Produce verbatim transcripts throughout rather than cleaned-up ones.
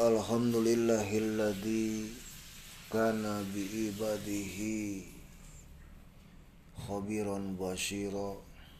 Alhamdulillahilladzi kana biibadihi khabiran basyira.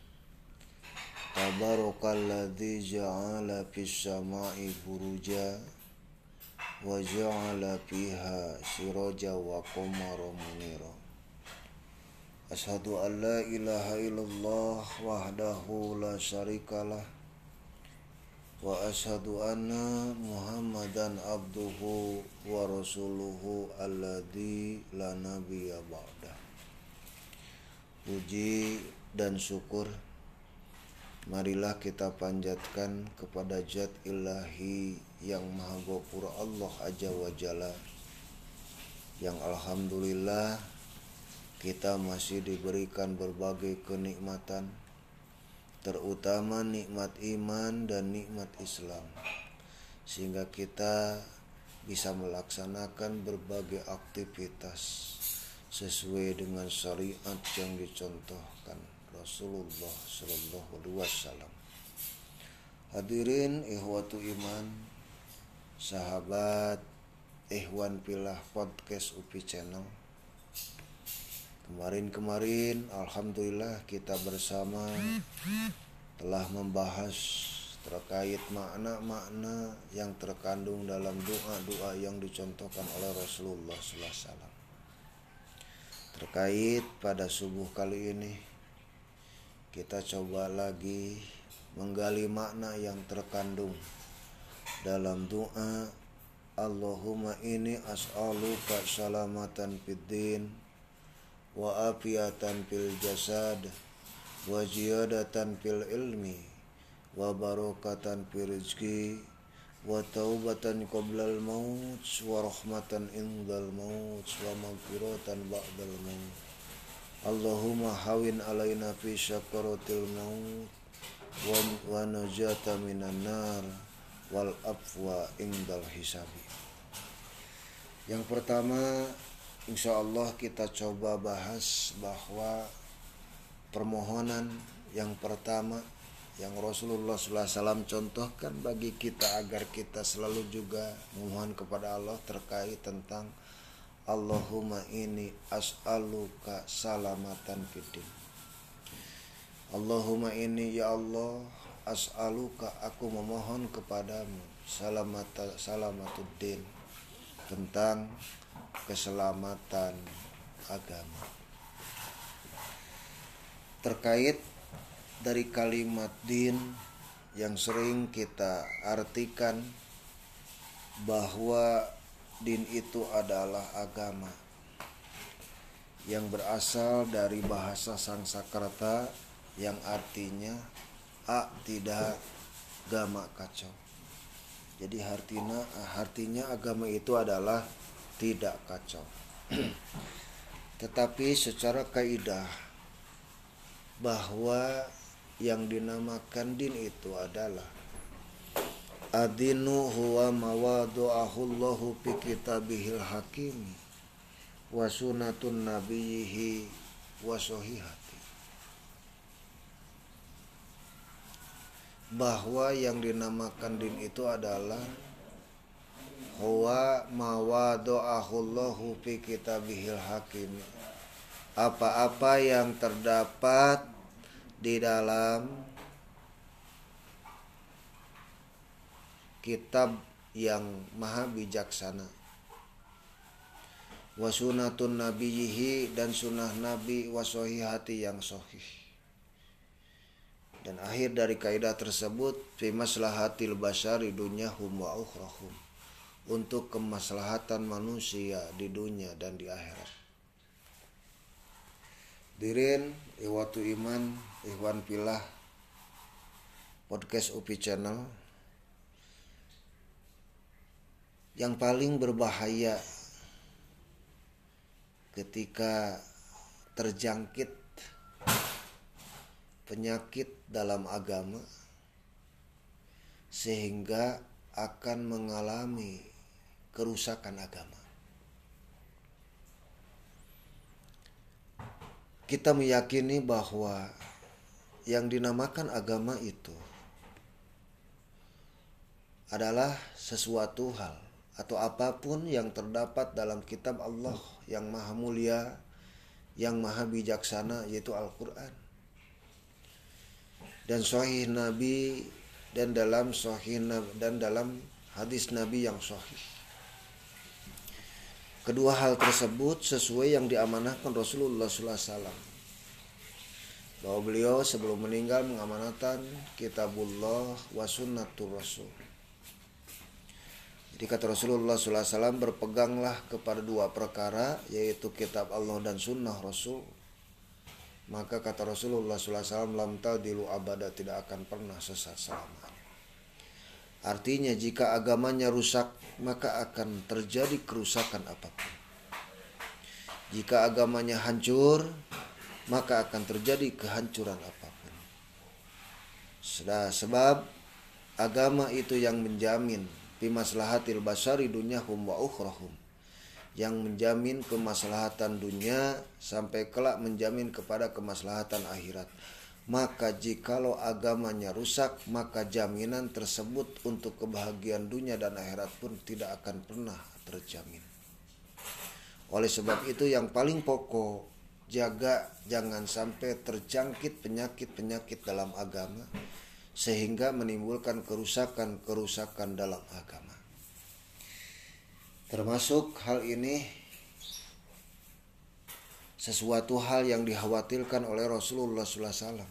Tabarakalladzi ja'ala fis sama'i buruja wa ja'ala fiha siraja wa qamara munira. Asyhadu an la ilaha illallah wahdahu la syarikalah wa asyhadu anna Muhammadan abduhu wa rasuluhu alladzi la nabiyya ba'dah. Puji dan syukur marilah kita panjatkan kepada Zat Ilahi yang Maha Ghafur Allah Azza wa Jalla, yang alhamdulillah kita masih diberikan berbagai kenikmatan, terutama nikmat iman dan nikmat Islam, sehingga kita bisa melaksanakan berbagai aktivitas sesuai dengan syariat yang dicontohkan Rasulullah Sallallahu Alaihi Wasallam. Hadirin ikhwatu iman, sahabat Ikhwan Filah Podcast U P I Channel. Kemarin-kemarin alhamdulillah kita bersama telah membahas terkait makna-makna yang terkandung dalam doa-doa yang dicontohkan oleh Rasulullah Sallallahu Alaihi Wasallam. Terkait pada subuh kali ini, kita coba lagi menggali makna yang terkandung dalam doa Allahumma inni as'aluka salamatan fid din wa afiatan fil jasad wa ziyadatan fil ilmi wa barakatan fil rizqi wa taubatan qoblal maut wa rahmatan indal maut wa maghfiratan ba'dal maut. Allahumma hawin alaina fi syakaratil maut wa, wa najata minan nar wal afwa indal hisabi. Yang pertama, insyaallah kita coba bahas bahwa permohonan yang pertama yang Rasulullah sallallahu alaihi wasallam contohkan bagi kita agar kita selalu juga memohon kepada Allah terkait tentang Allahumma inni as'aluka salamatan fiddin. Allahumma inni ya Allah as'aluka, aku memohon kepadamu salamata salamatuddin, tentang keselamatan agama. Terkait dari kalimat din yang sering kita artikan bahwa din itu adalah agama, yang berasal dari bahasa Sanskerta yang artinya a tidak gama kacau. Jadi artinya artinya agama itu adalah tidak kacau. Tetapi secara kaidah bahwa yang dinamakan din itu adalah adinu huwa mawadu'ahullahu fi kitabihil hakim wa sunatun nabiyhi wa sahihati. Bahwa yang dinamakan din itu adalah huwa mawadu'ahullahu fi kitabihil hakim, apa-apa yang terdapat di dalam kitab yang maha bijaksana, wa sunatun nabiyhi, dan sunnah nabi, wa sahihati, yang sahih. Dan akhir dari kaidah tersebut fi maslahatil basyari dunyahum wa ukhrahum, untuk kemaslahatan manusia di dunia dan di akhirat. Dirin ikhwatu iman, ikhwan filah podcast U P I Channel. Yang paling berbahaya ketika terjangkit penyakit dalam agama sehingga akan mengalami kerusakan agama. Kita meyakini bahwa yang dinamakan agama itu adalah sesuatu hal atau apapun yang terdapat dalam kitab Allah yang maha mulia, yang maha bijaksana, yaitu Al-Quran. Dan sahih Nabi, dan dalam sahih dan dalam hadis Nabi yang sahih. Kedua hal tersebut sesuai yang diamanahkan Rasulullah sallallahu alaihi wasallam, bahwa beliau sebelum meninggal mengamanatkan kitabullah wa sunnatur rasul. Jadi kata Rasulullah sallallahu alaihi wasallam, berpeganglah kepada dua perkara, yaitu kitab Allah dan sunnah Rasul. Maka kata Rasulullah sallallahu alaihi wasallam, lam tadilu abada, tidak akan pernah sesat selamanya. Artinya jika agamanya rusak, maka akan terjadi kerusakan apapun. Jika agamanya hancur, maka akan terjadi kehancuran apapun. Sebab agama itu yang menjamin bimaslahatil basyari dunyahum wa ukhrahum, yang menjamin kemaslahatan dunia sampai kelak menjamin kepada kemaslahatan akhirat. Maka jikalau agamanya rusak, maka jaminan tersebut untuk kebahagiaan dunia dan akhirat pun tidak akan pernah terjamin. Oleh sebab itu yang paling pokok, jaga jangan sampai terjangkit penyakit-penyakit dalam agama sehingga menimbulkan kerusakan-kerusakan dalam agama. Termasuk hal ini sesuatu hal yang dikhawatirkan oleh Rasulullah sallallahu alaihi wasallam.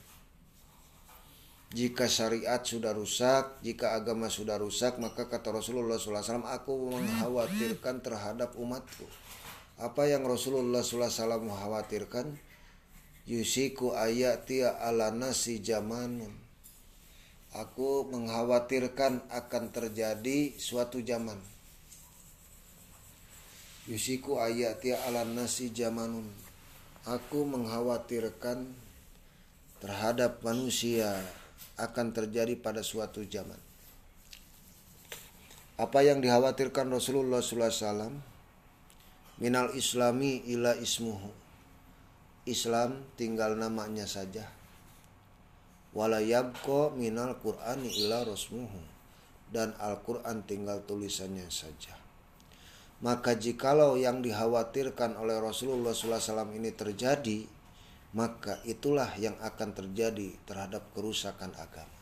Jika syariat sudah rusak, jika agama sudah rusak, maka kata Rasulullah sallallahu alaihi wasallam, aku mengkhawatirkan terhadap umatku. Apa yang Rasulullah sallallahu alaihi wasallam mengkhawatirkan? Yusiku ayati ala nasi zamanun. Aku mengkhawatirkan akan terjadi suatu zaman. Yusiku ayati ala nasi zamanun. Aku mengkhawatirkan terhadap manusia akan terjadi pada suatu zaman. Apa yang dikhawatirkan Rasulullah sallallahu alaihi wasallam? Minal islami ila ismuhu. Islam tinggal namanya saja. Wala yabqa minal qur'ani ila rasmuhu. Dan Al-Quran tinggal tulisannya saja. Maka jikalau yang dikhawatirkan oleh Rasulullah sallallahu alaihi wasallam ini terjadi, maka itulah yang akan terjadi terhadap kerusakan agama.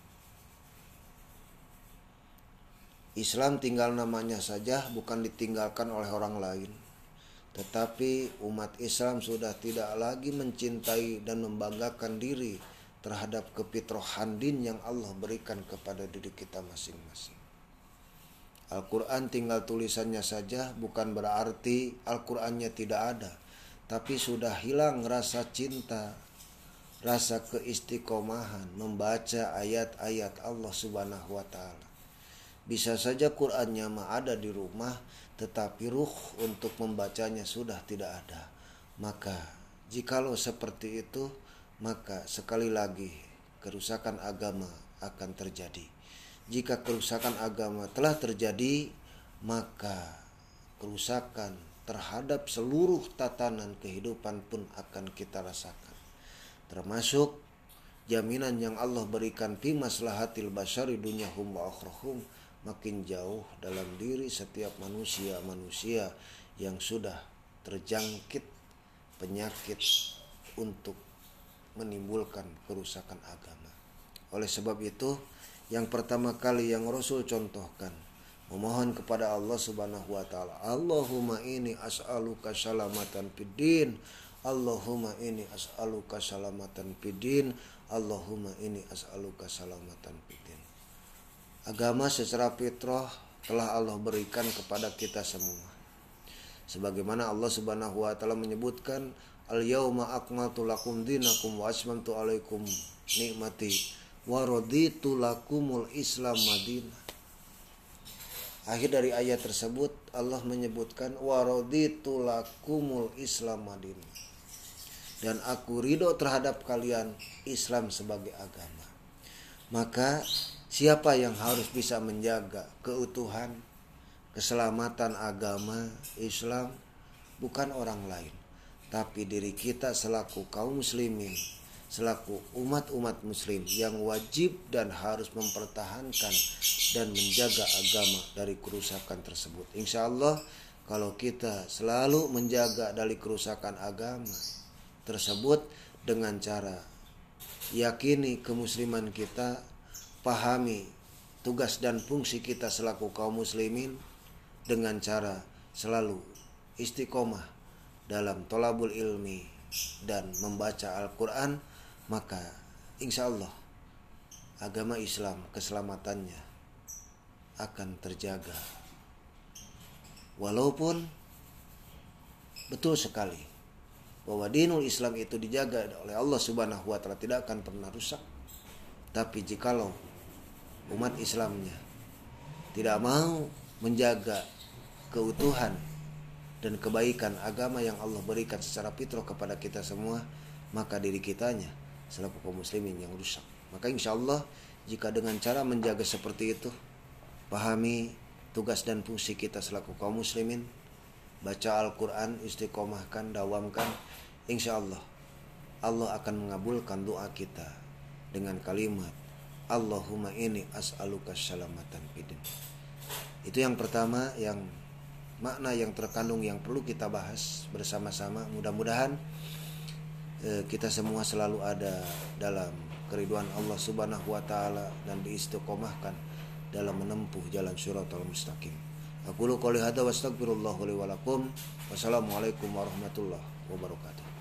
Islam tinggal namanya saja, bukan ditinggalkan oleh orang lain. Tetapi umat Islam sudah tidak lagi mencintai dan membanggakan diri terhadap kefitrahan din yang Allah berikan kepada diri kita masing-masing. Al-Quran tinggal tulisannya saja, bukan berarti Al-Qurannya tidak ada, tapi sudah hilang rasa cinta, rasa keistiqomahan membaca ayat-ayat Allah Subhanahu wa taala. Bisa saja Qurannya mah ada di rumah, tetapi ruh untuk membacanya sudah tidak ada. Maka jikalau seperti itu, maka sekali lagi kerusakan agama akan terjadi. Jika kerusakan agama telah terjadi, maka kerusakan terhadap seluruh tatanan kehidupan pun akan kita rasakan. Termasuk jaminan yang Allah berikan fi maslahatil basyari dunyahum wa ukhrahum, makin jauh dalam diri setiap manusia-manusia yang sudah terjangkit penyakit untuk menimbulkan kerusakan agama. Oleh sebab itu, yang pertama kali yang Rasul contohkan, memohon kepada Allah Subhanahu wa taala, Allahumma inni as'aluka salamatan fid din, Allahumma inni as'aluka salamatan fid din, Allahumma inni as'aluka salamatan fid din. Agama secara fitrah telah Allah berikan kepada kita semua. Sebagaimana Allah Subhanahu wa taala menyebutkan, al-yauma akmaltu lakum dinakum wa atmamtu alaikum nikmati wa raditu lakumul Islam madinah. Akhir dari ayat tersebut Allah menyebutkan wa raditu lakumul Islam madinah, dan aku ridho terhadap kalian Islam sebagai agama. Maka siapa yang harus bisa menjaga keutuhan, keselamatan agama Islam? Bukan orang lain, tapi diri kita selaku kaum muslimin, selaku umat-umat muslim yang wajib dan harus mempertahankan dan menjaga agama dari kerusakan tersebut. Insya Allah kalau kita selalu menjaga dari kerusakan agama tersebut dengan cara yakini kemusliman kita, pahami tugas dan fungsi kita selaku kaum muslimin dengan cara selalu istiqomah dalam thalabul ilmi dan membaca Al-Quran, maka insya Allah agama Islam keselamatannya akan terjaga. Walaupun betul sekali bahwa dinul Islam itu dijaga oleh Allah Subhanahu wa taala, tidak akan pernah rusak. Tapi jikalau umat Islamnya tidak mau menjaga keutuhan dan kebaikan agama yang Allah berikan secara fitrah kepada kita semua, maka diri kitanya selaku kaum muslimin yang rusak. Maka insya Allah jika dengan cara menjaga seperti itu, pahami tugas dan fungsi kita selaku kaum muslimin, baca Al-Quran, istiqomahkan, dawamkan, insya Allah Allah akan mengabulkan doa kita dengan kalimat Allahumma inni as'aluka salamatan fidin. Itu yang pertama, yang makna yang terkandung yang perlu kita bahas bersama-sama. Mudah-mudahan eh, kita semua selalu ada dalam keriduan Allah Subhanahu wa taala dan diistiqomahkan dalam menempuh jalan Shiratal Mustaqim. Aqulu qouli hadza wa astaghfirullah li wa lakum. Wassalamualaikum warahmatullahi wabarakatuh.